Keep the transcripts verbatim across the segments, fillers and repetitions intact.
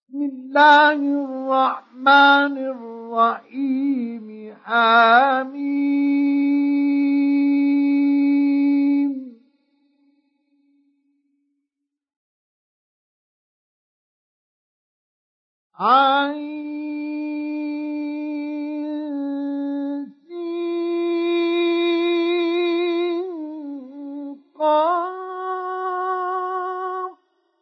بسم الله الرحمن الرحيم حميم عين سين قاف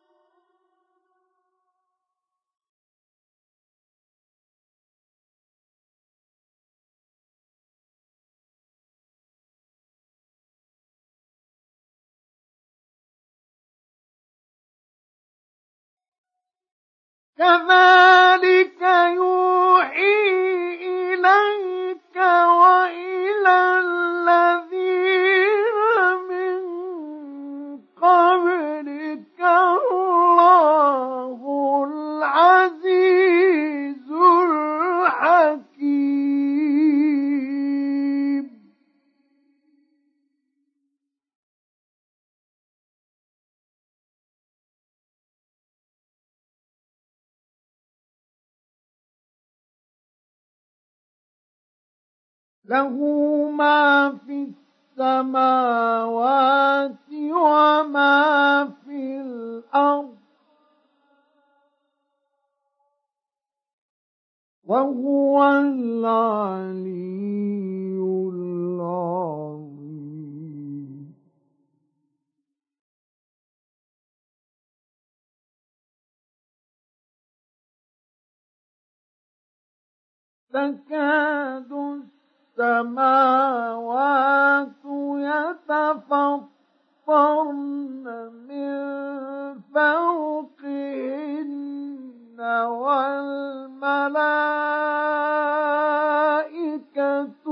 كذلك يوحي إليك وإلى الذين من قبلك الله العزيز الحكيم. له ما في السماوات وما في الأرض وهو العلي العظيم. تكاد السماوات يتفطرن من فوقهن والملائكة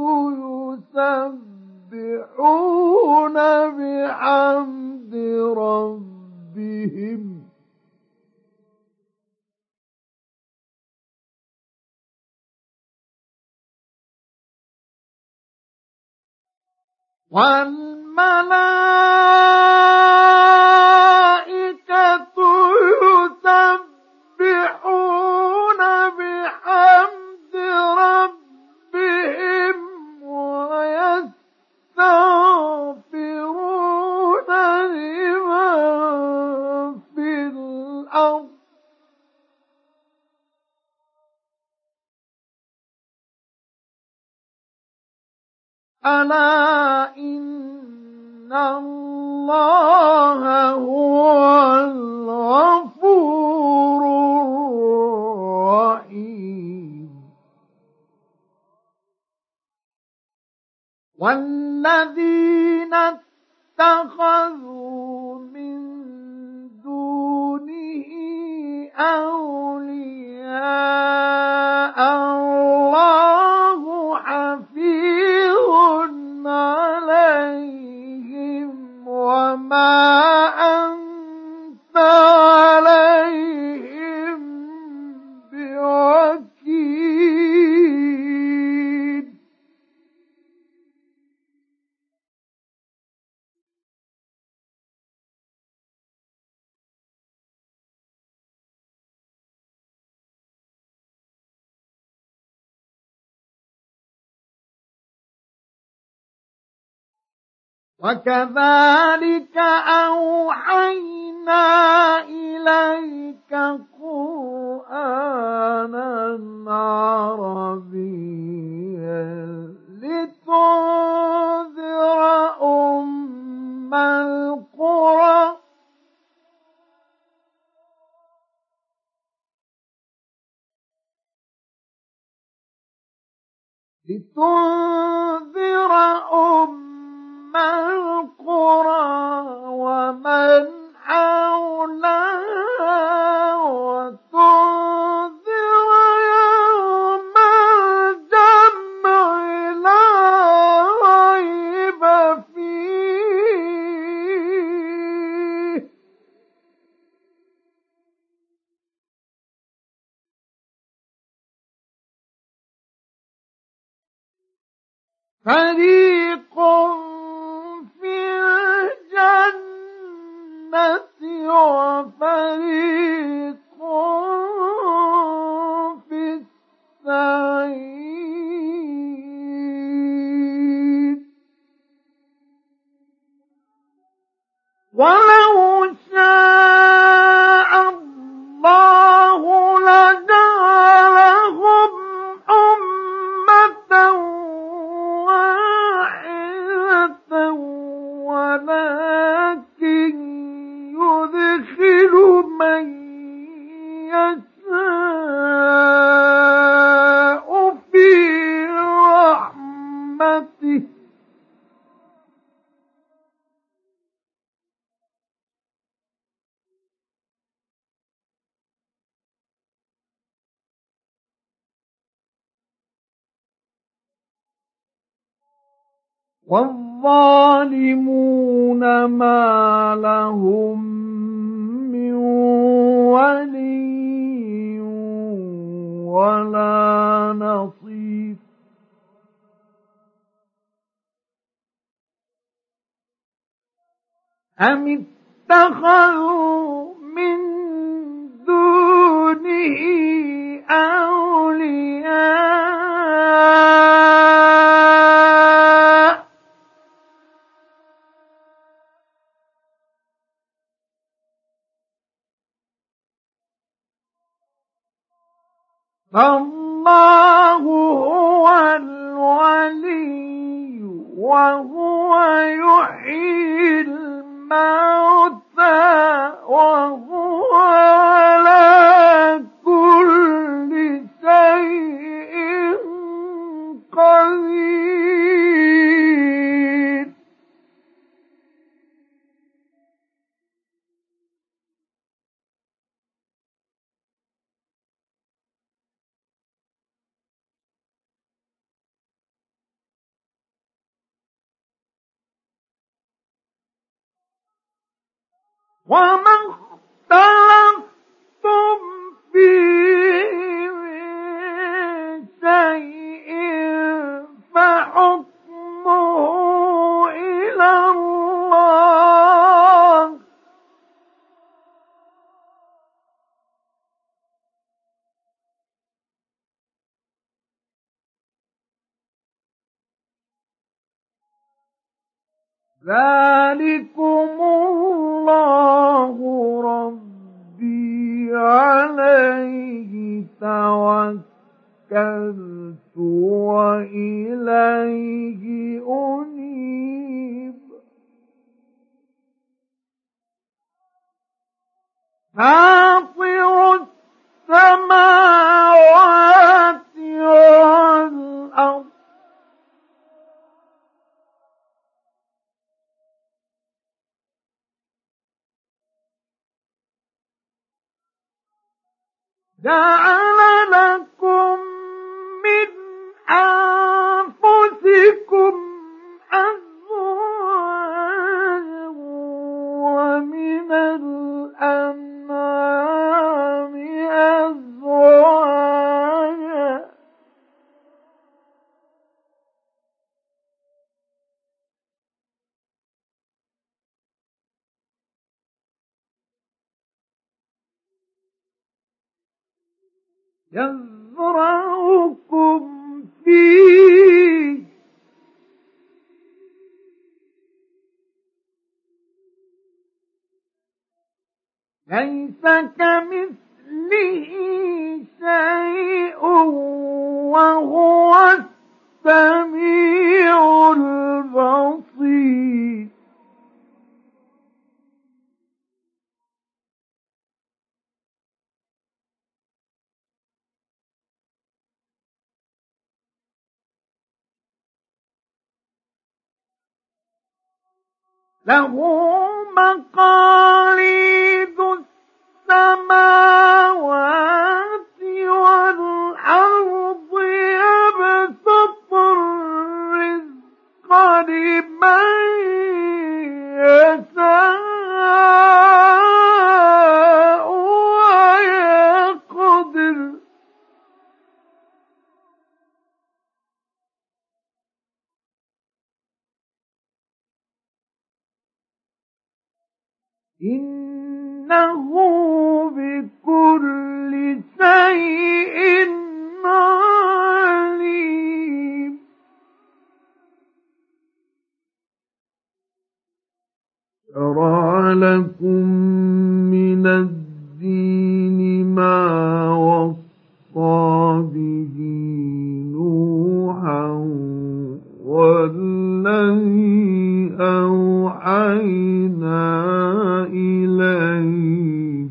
يسبحون بحمد ربهم والملائكة يسبحون بحمد ربهم ويستغفرون لمن في الأرض ألا إن الله هو الغفور الرحيم. والذين اتخذوا من دونه أولياء الله حفيظ عليهم وما أنت عليهم بوكيل. وكذلك أوحينا إليك قرآنا عربيا لتنذر أم القرى لتنذر أم القرى ومن حولها وتنذر يوم الجمع لا ريب فيه فريق في الجنة وفريق والظالمون ما لهم من ولي ولا نصير أم اتخذوا من دونه أولياء فالله هو الولي وهو يحيي الموتى وهو على كل شيء قدير وما اختلفتم فيه من شيء فحكمه إلى الله ذلكم الله ربي عليه توكلت وإليه أنيب فاطر السماوات والأرض جعل لكم من أنفسكم أزواجا ومن الأنعام أزواجا يزرعكم فيه ليس كمثله شيء وهو السميع البصير له مقاليد السماوات والأرض يبسط الرزق لمن يشاء ويقدر إنه بكل شيء عليم شرع لكم من الدين ما وصى به نوحا والذي أوحينا إليك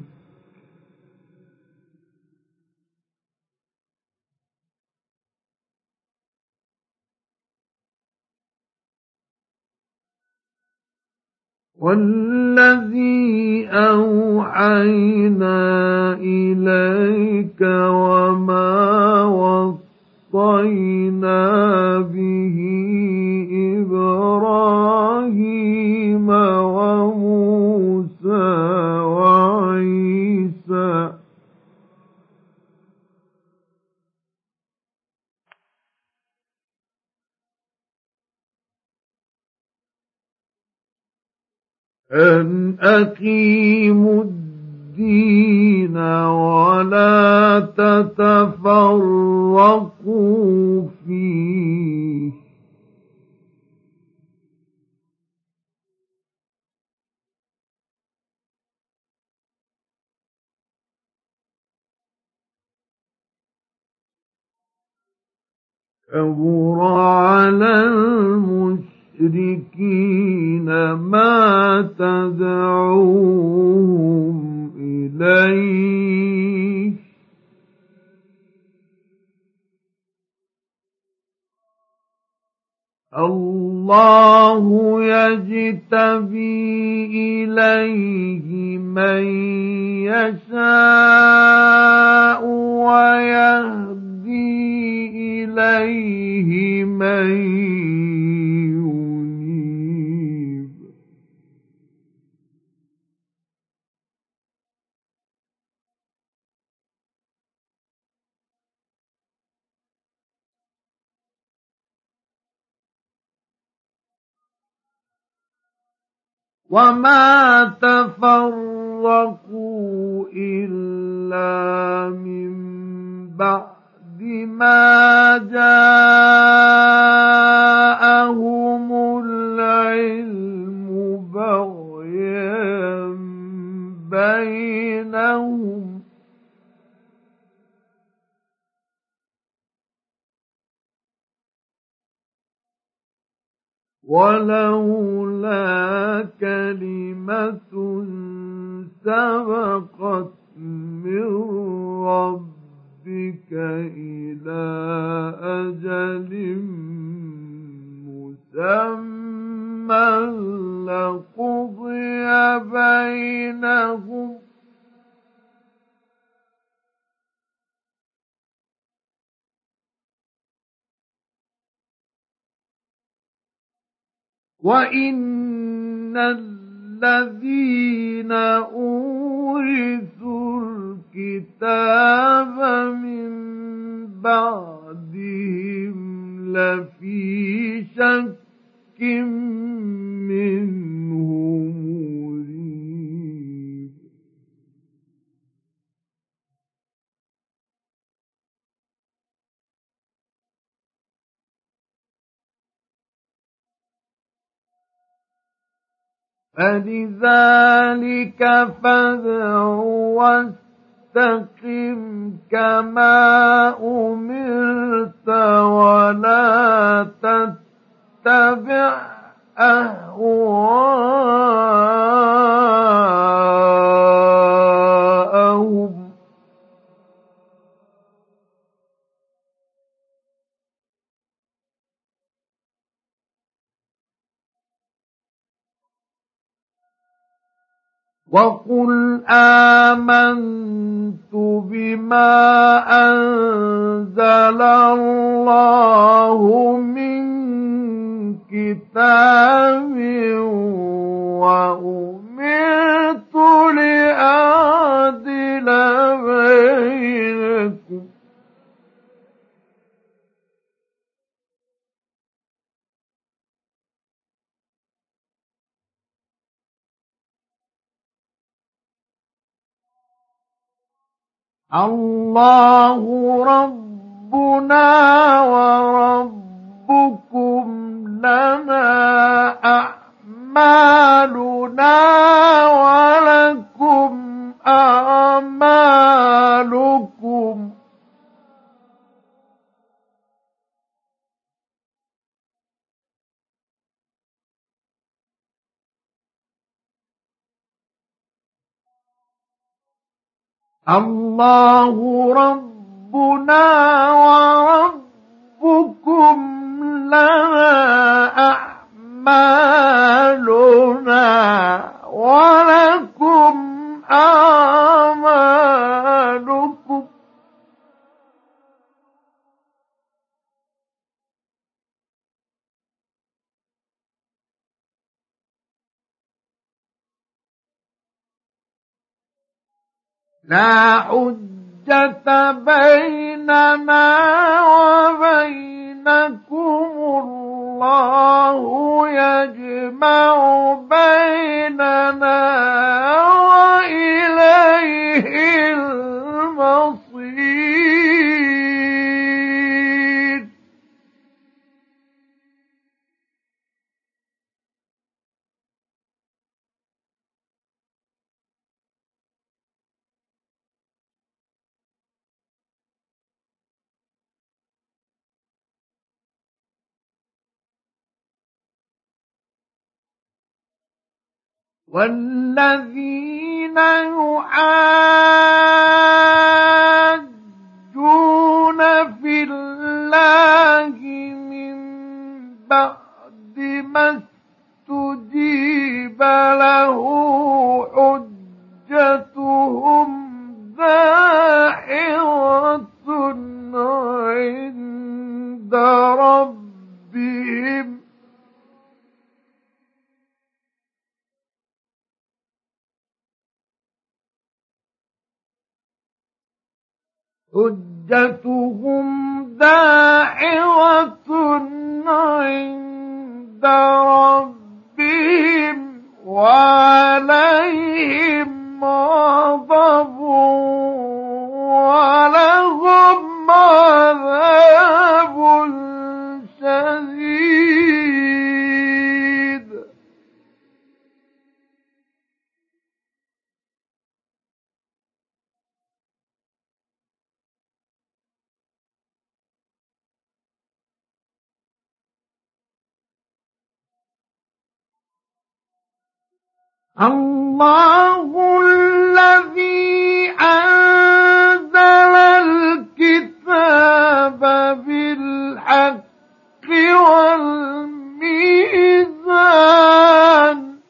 والذي أوحينا إليك وما وصينا به إبراهيم أن أقيموا الدين ولا تتفرقوا فيه كبر على المشركين ما تدعوهم إليه الله يجتبي إليه من يشاء ويهدي إليه من ينيب وما تفرقوا إلا من بعد ما جاءهم العلم بغيا بينهم ولولا كلمة سبقت من ربك إلى أجل مسمى لقضي بينهم وَإِنَّ الَّذِينَ أُورِثُوا الْكِتَابَ مِن بَعْدِهِمْ لَفِي شَكٍّ مِّنْهُ مُرِيبٍ فَلِذَلِكَ فَادْعُ وَاسْتَقِمْ كَمَا أُمِرْتَ وَلَا تَتَّبِعْ أَهْوَاءَهُمْ وَقُلْ آمَنْتُ بِمَا أَنزَلَ اللَّهُ مِنْ كِتَابٍ وَأُمِرْتُ لِأَعْدِلَ بَيْنَكُمْ اللَّهُ رَبُّنَا وَرَبُّكُمْ لَنَا أَعْمَالُنَا وَلَكُمْ أَعْمَالُكُمْ اللَّهُ رَبُّنَا وَرَبُّكُمْ لَنَا أَعْمَالُنَا وَلَكُمْ أَعْمَالُكُمْ لَا حُجَّةَ بَيْنَنَا وَبَيْنَكُمُ الله يجمع بيننا وإليه المصير. والذين يحاجون في الله من بعد ما استجيب له حجتهم داحضة عند ربهم حجتهم داحضة عند ربهم وعليهم غضب ولهم عذاب شديد. الله الذي أنزل الكتاب بالحق والميزان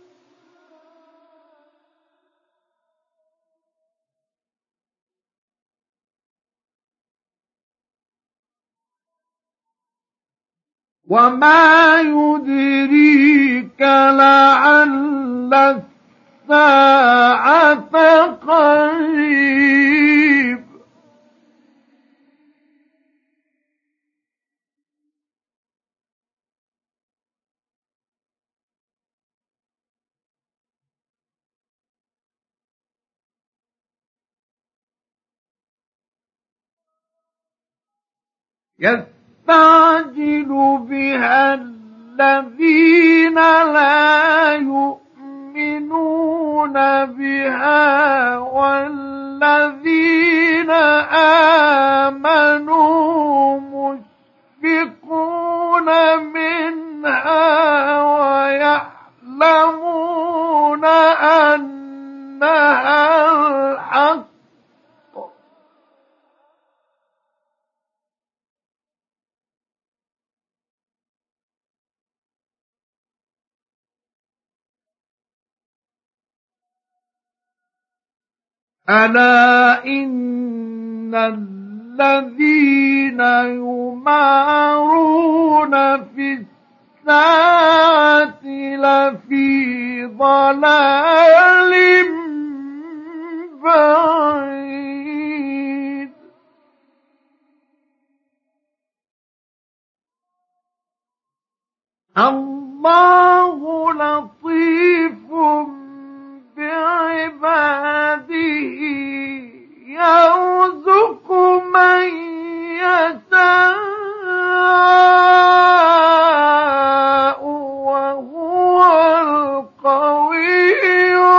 وما يدريك لعل الساعة قريب. يستعجل بها الذين لا يؤمنون بها والذين آمنوا مشفقون منها ويعلمون أنها الحق. ألا إن الذين يمارون في الساعة لفي ضلال بعيد. الله لطيف بعباده يرزق من يشاء وهو القوي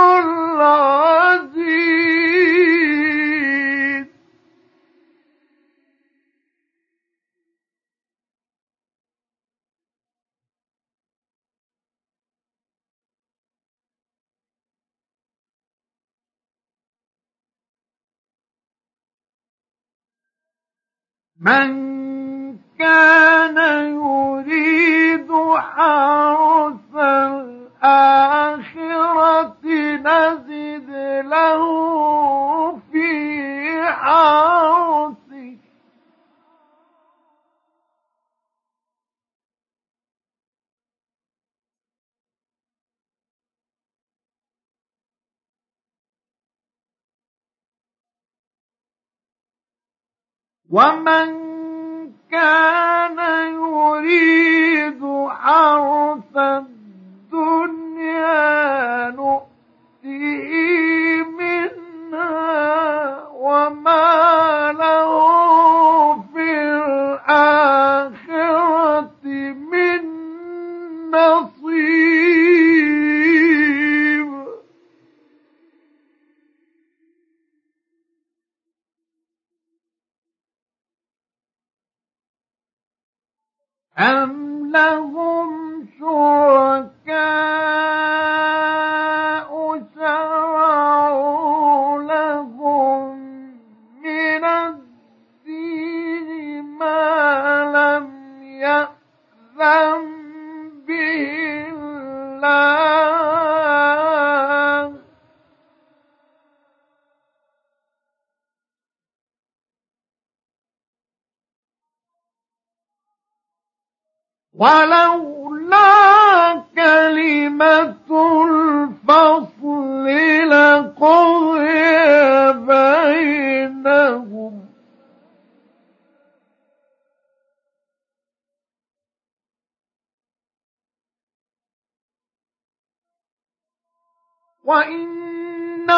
العزيز. من كان يريد حرث الآخرة نزد له في حرثه ومن كان يريد حرث الدنيا نؤته منها وما له في الآخرة من نصيب. أم لهم شركاء شرعوا لهم من الدين ما لم يأذن به الله ولولا كلمة الفصل لقضي بينهم وإن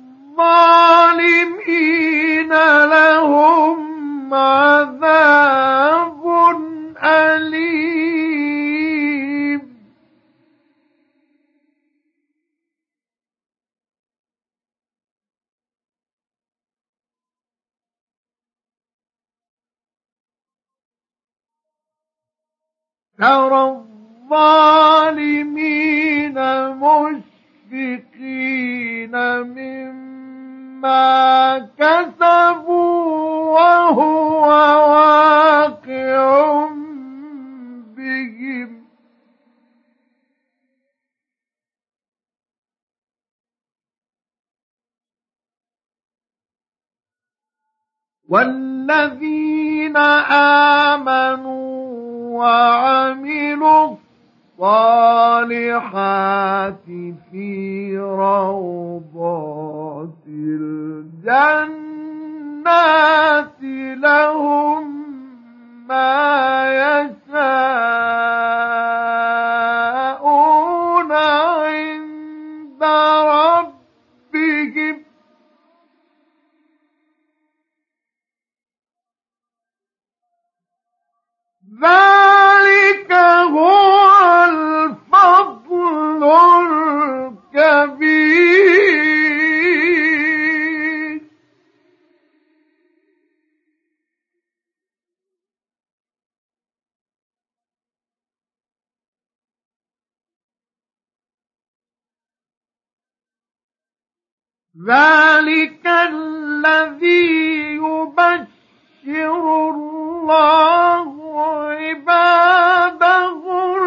الظالمين لهم عذاب أليم. ترى الظالمين مشفقين مما كسبوا وهو واقع بهم والذين آمنوا وعملوا الصالحات في روضات الجنات لهم ما يشاءون عند ربهم ذلك هو الفضل الكبير. ذلك الذي يبشر الله عباده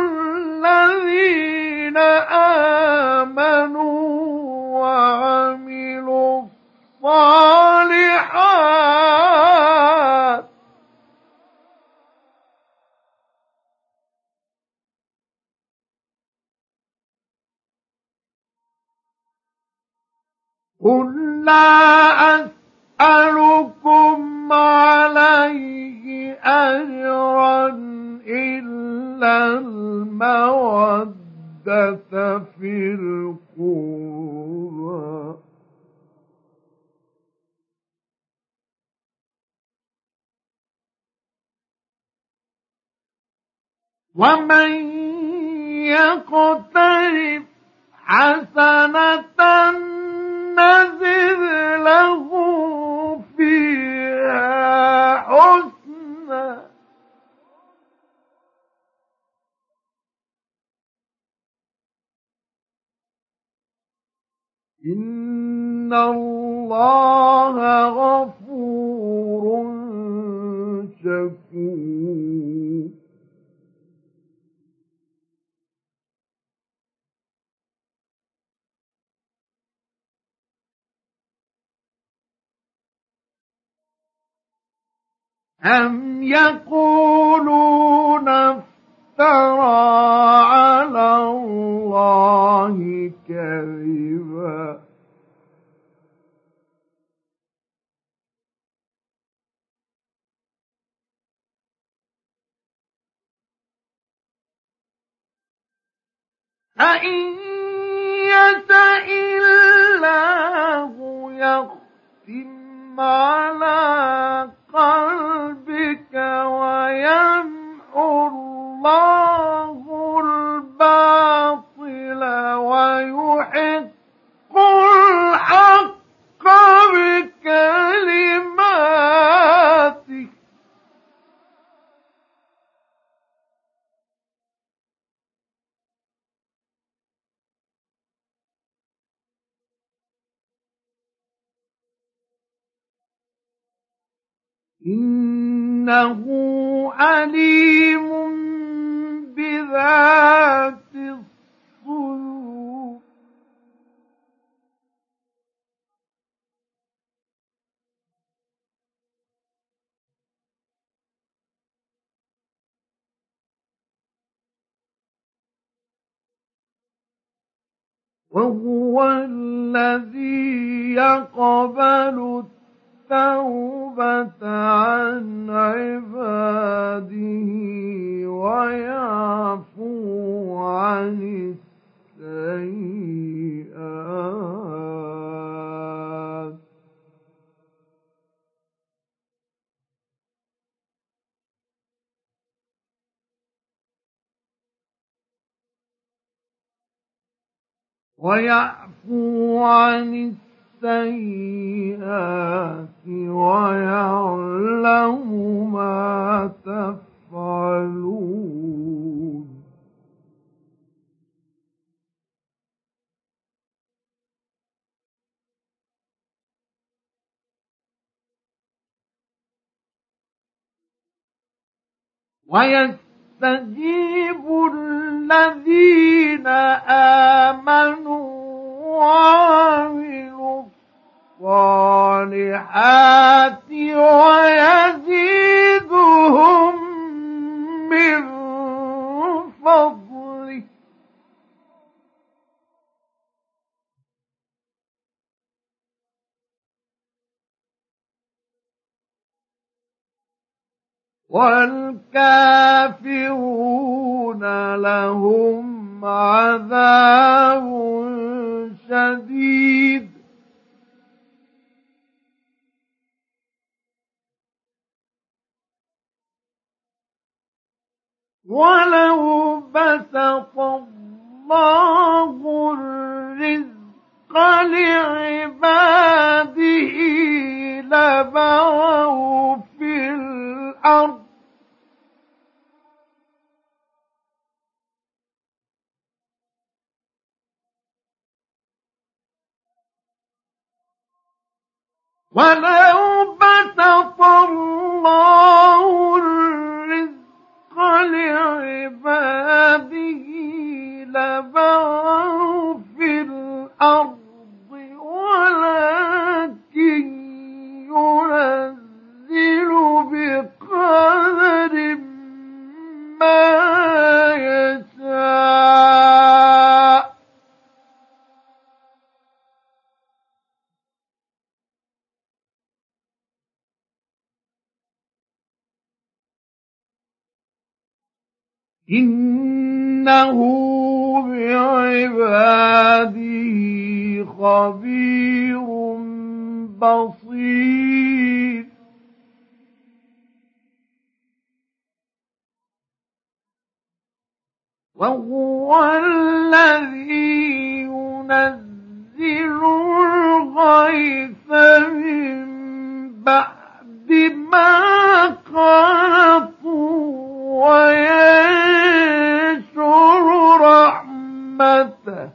الذين آمنوا وعملوا الصالحات قل لا أسألكم عليه أجرا إلا المودة في القربى ومن يقترف حسنة نزد له فيها حسنا إن الله غفور شكور. أم يقولون افترى على الله كذبا فإن يشأ الله يختم على قلبك ويمحو الله الباطل ويحق الحق بكلماته إنه عليم بذات الصدور وهو الذي يقبل التوبة عن عباده ويعفو عن السيئات ويعفو عن السيئات ويعلم ما تفعلون ويستجيب الذين آمنوا وعملوا الصالحات ويزيدهم من فضله والكافرون لهم عذاب شديد ولو بسط الله الرزق لعباده لبغوا في الأرض ولو بسط الله الرزق لعباده لبغوا في الأرض ولكن ينزل بقدر ما يشاء إنه بعباده خبير بصير وهو الذي ينزل الغيث من بعد ما قنطوا وينشر رحمته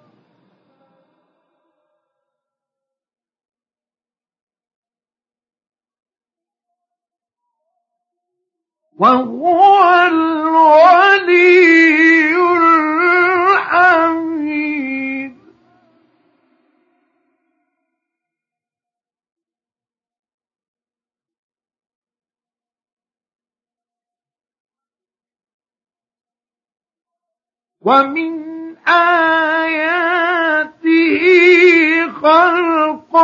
وهو الولي الحميد ومن آياته خلق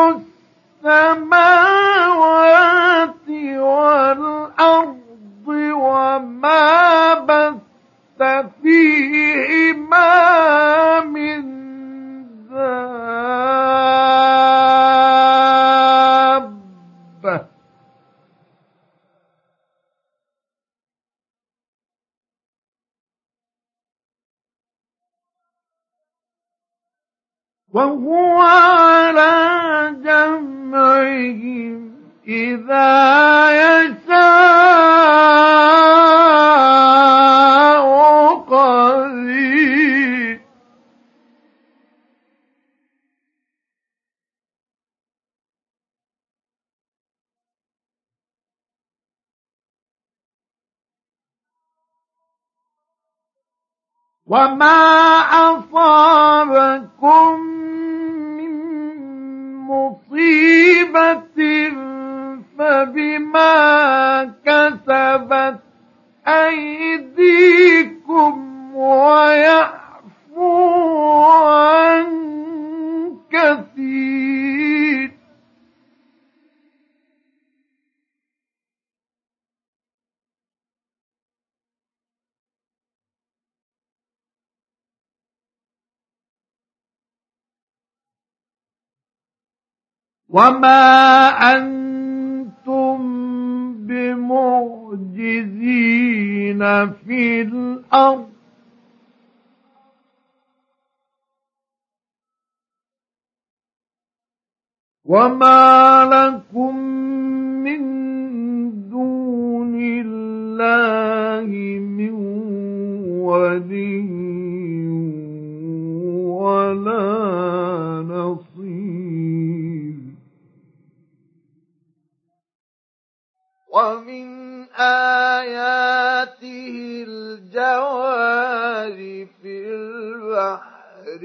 السماوات والأرض وما بث فيهما وهو على جمعهم إذا يشاء قدير وما أصابكم من مصيبة فبما كسبت أيديكم ويعفو عن كثير وما أنتم بمعجزين في الأرض وما لكم من دون الله من ولي ولا نصير ومن آياته الجوار في البحر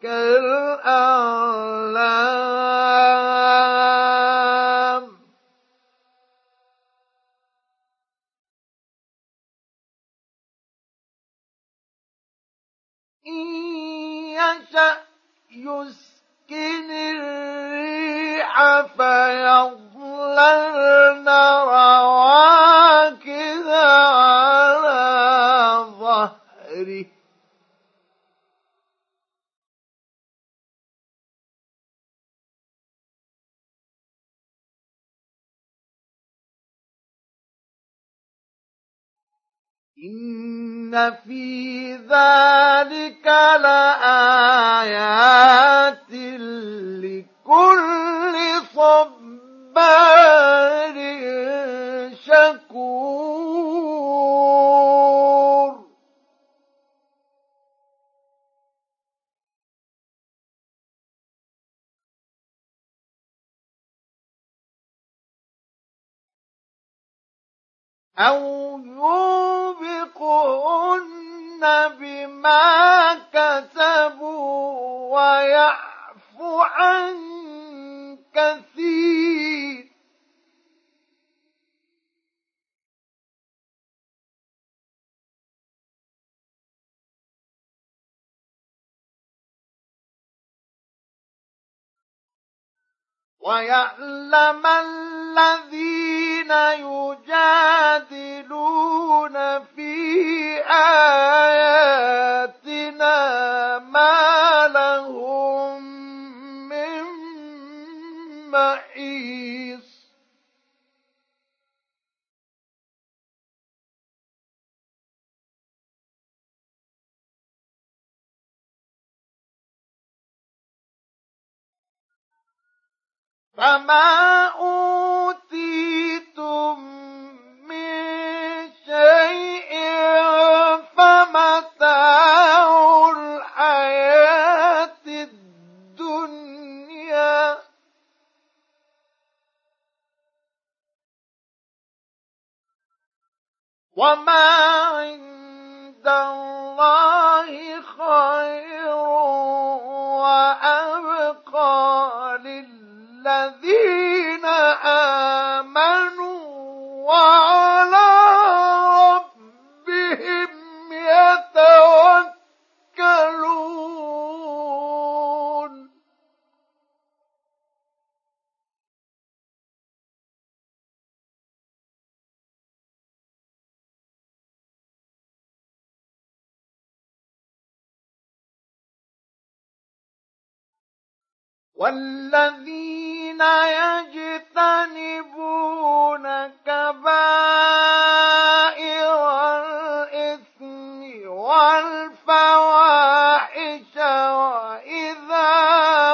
كالأعلام إن يشأ يسكن الريح فيظللن رواكد على ظهره إن في ذلك لآيات لكل صبار شكور أو يوبقهن بما كسبوا ويعفو عن كثير ويعلم الذين يجادلون في آياتنا ما لهم من محيص فما أوتيتم من شيء فمتاع الحياة الدنيا وما عند الله خير وأبقى للذين آمنوا وعلى ربهم يتوكلون والذين يجتنبون كبائر الإثم والفواحش وإذا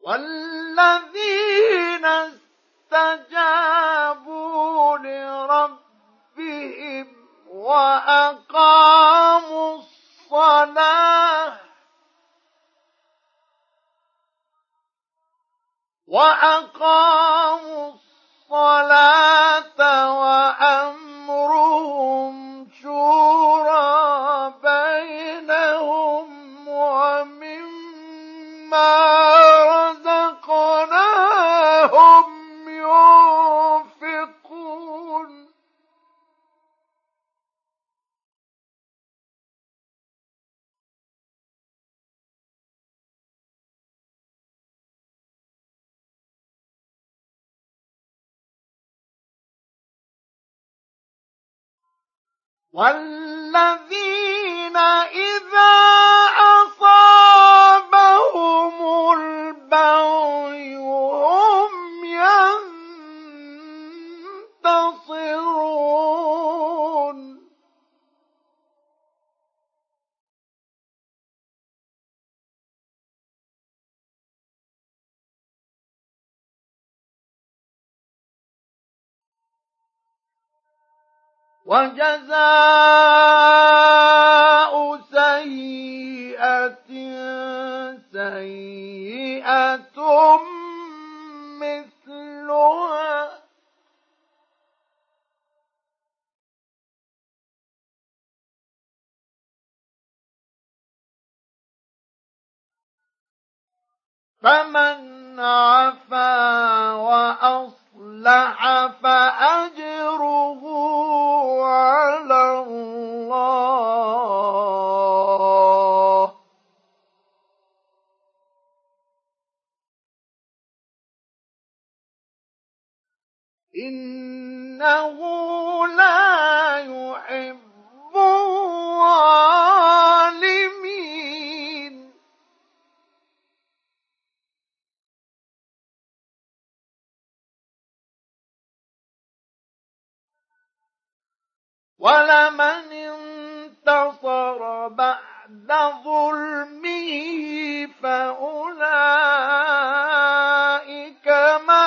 والذين استجابوا لربهم وأقاموا الصلاة وأقاموا الصلاة وأمرهم شورى بينهم ومما رزقناهم ينفقون والذين إذا أصابهم البغي هم ينتصرون وجزاء سيئة سيئة مثلها فمن عفا وأصلح فأجره على الله إنه لا يحب الظالمين ولمن انتصر بعد ظلمه فأولئك ما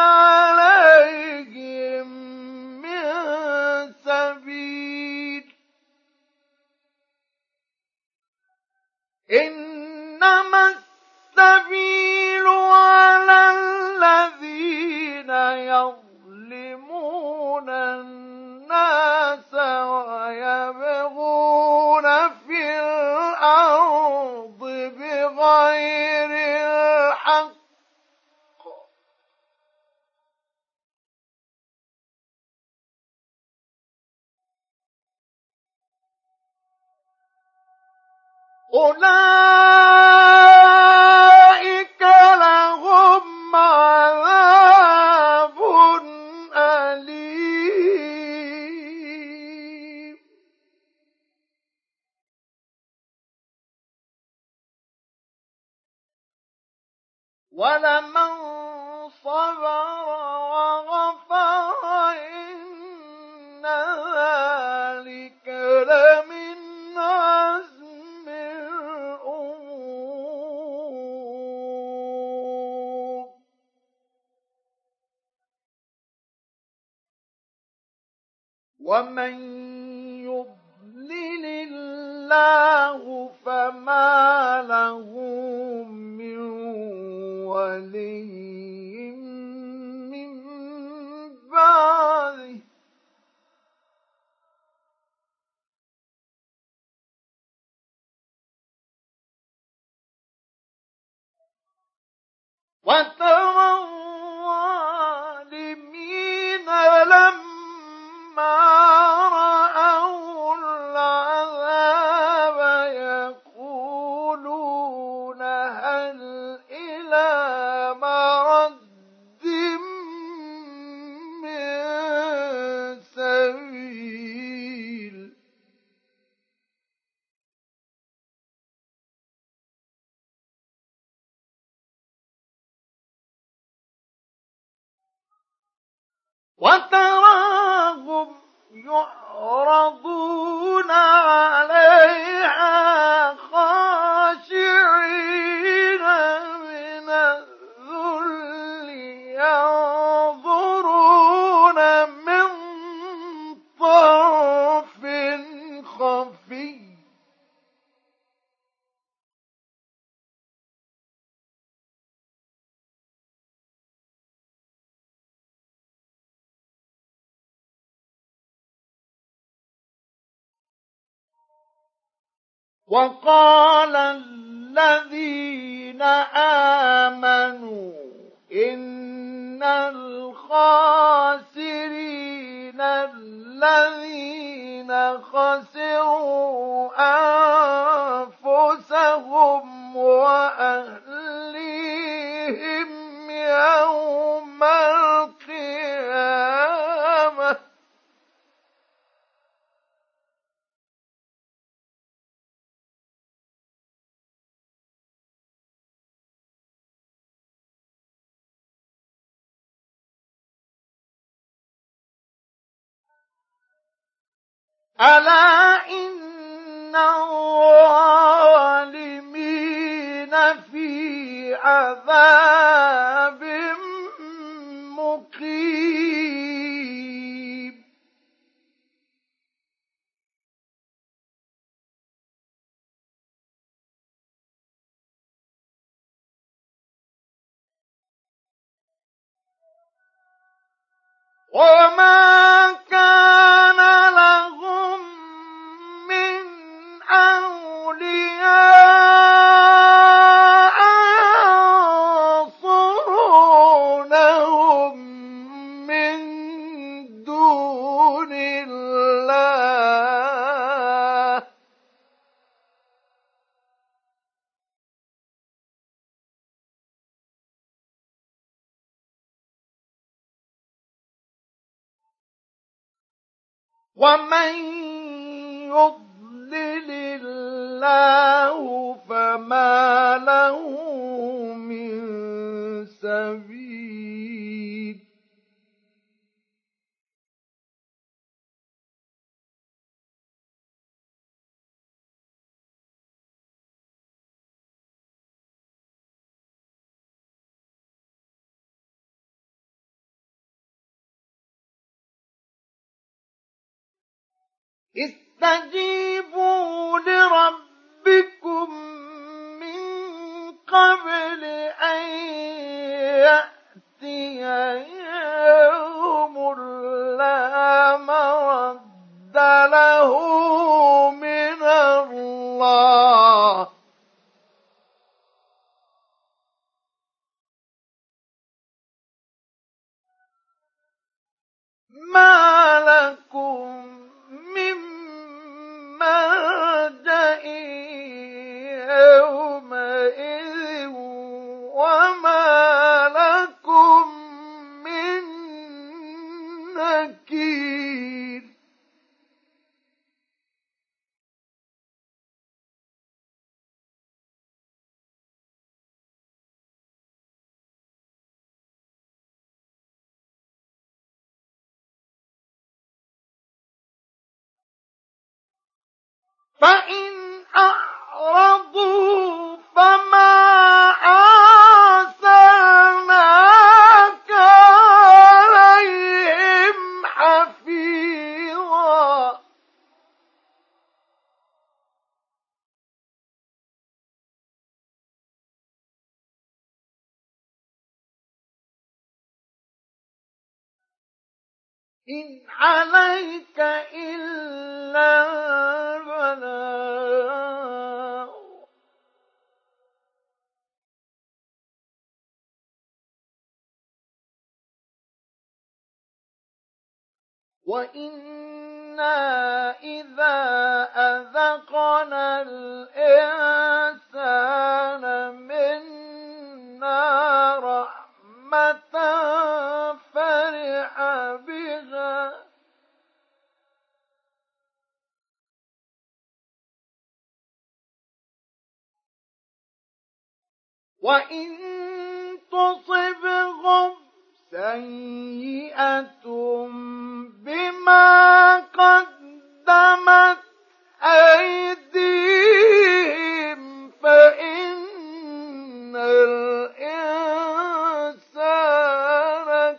عليهم من سبيل إنما السبيل على الذين يظلمون الناس ويبغون في الأرض بغير الحق أولئك لهم عذاب أليم ولمن صبر وغفر إن ذلك لمن عزم الأمور ومن يضلل الله فما له من ولي من بعده وترى الظالمين لما رأوا العذاب يقولون هل إلى مرد من سبيل وتراهم يعرضون عليها خاشعين من وقال الذين آمنوا إن الخاسرين الذين خسروا أنفسهم وأهليهم يوم القيامة ألا إن الظالمين في عذاب مقيم وما كان لهم من أولياء ينصرونهم من دون الله ومن يضلل الله فما له من سبيل استجيبوا لربكم من قبل أن يأتي يوم لا مرد له من الله ما لكم من ملجأ يومئذ وما لكم من نكير فإن أعرضوا فما أرسلناك عليهم حفيظا إن عليك إلا البلاغ وإنا إذا أذقنا الإنسان منا رحمة فرح بها وإن تصبهم سيئة بما قدمت أيديهم فإن الإنسان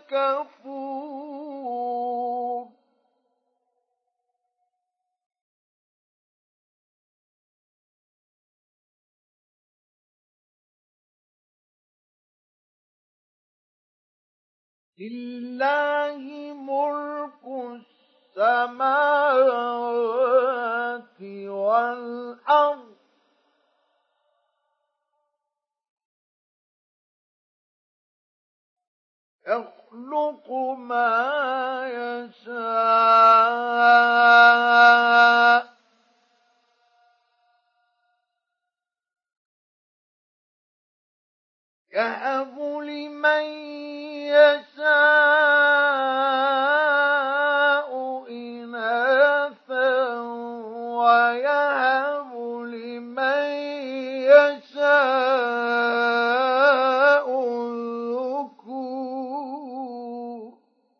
كفور لله ملك السماوات والأرض يخلق ما يشاء يهب لمن يشاء إناثا ويهب لمن يشاء الذكور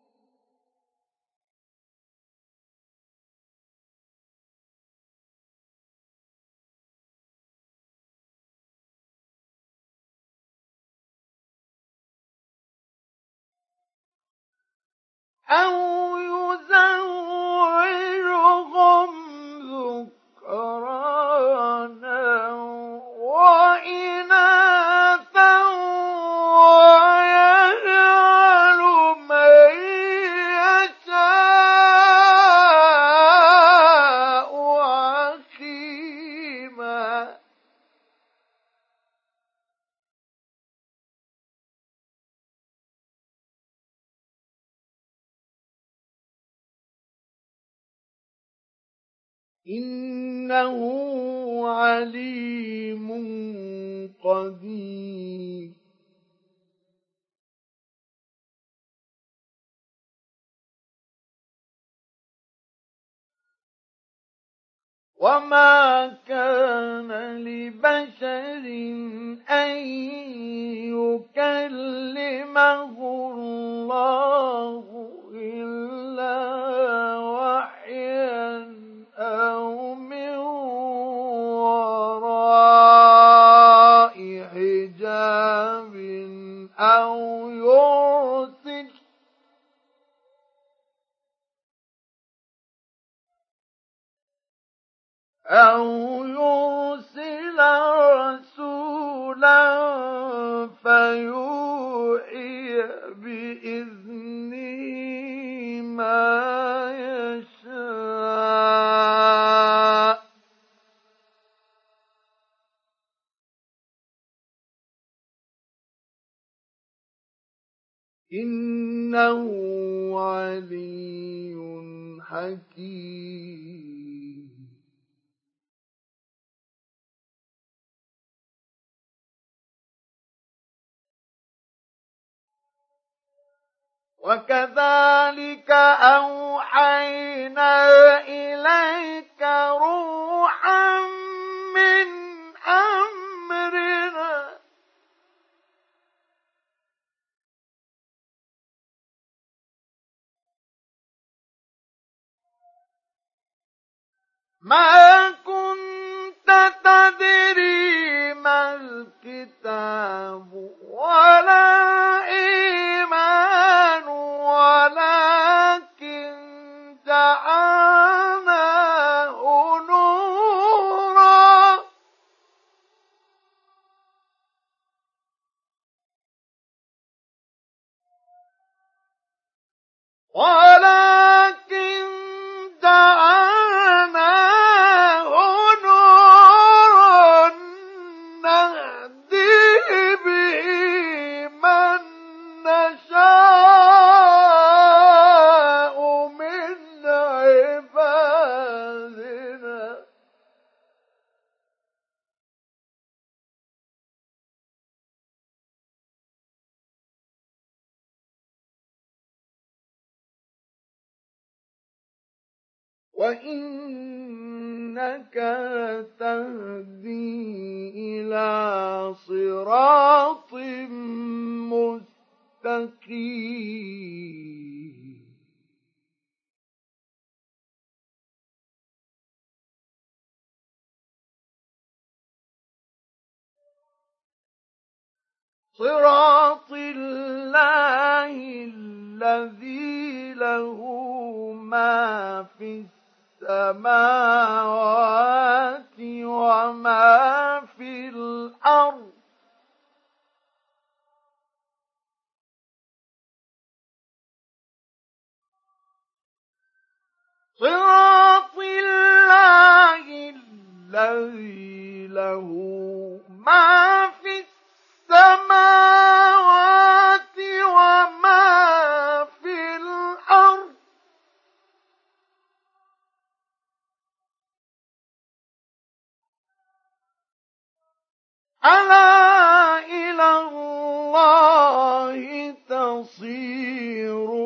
أو يزوجهم ذكرانا وإناثا ويجعل من يشاء عقيما إنه عليم قدير وما كان لبشر أن يكلمه الله إلا وحيا أو من وراء حجاب أو يرسل أو يرسل رسولا فيوحي بإذنه ما يشاء إنه علي حكيم وكذلك أوحينا إليك روحا من أمرنا ما كنت تدري ما الكتاب ولا إيمان ولكن جعلناه نورا ولكن جعلناه نورا نهدي به من نشاء من عبادنا وإنك لتهدي إلى صراط مستقيم صراط الله الذي له ما في السماوات وما في الأرض صراط الله الذي له ما في السماوات وما ألا إلى الله تصير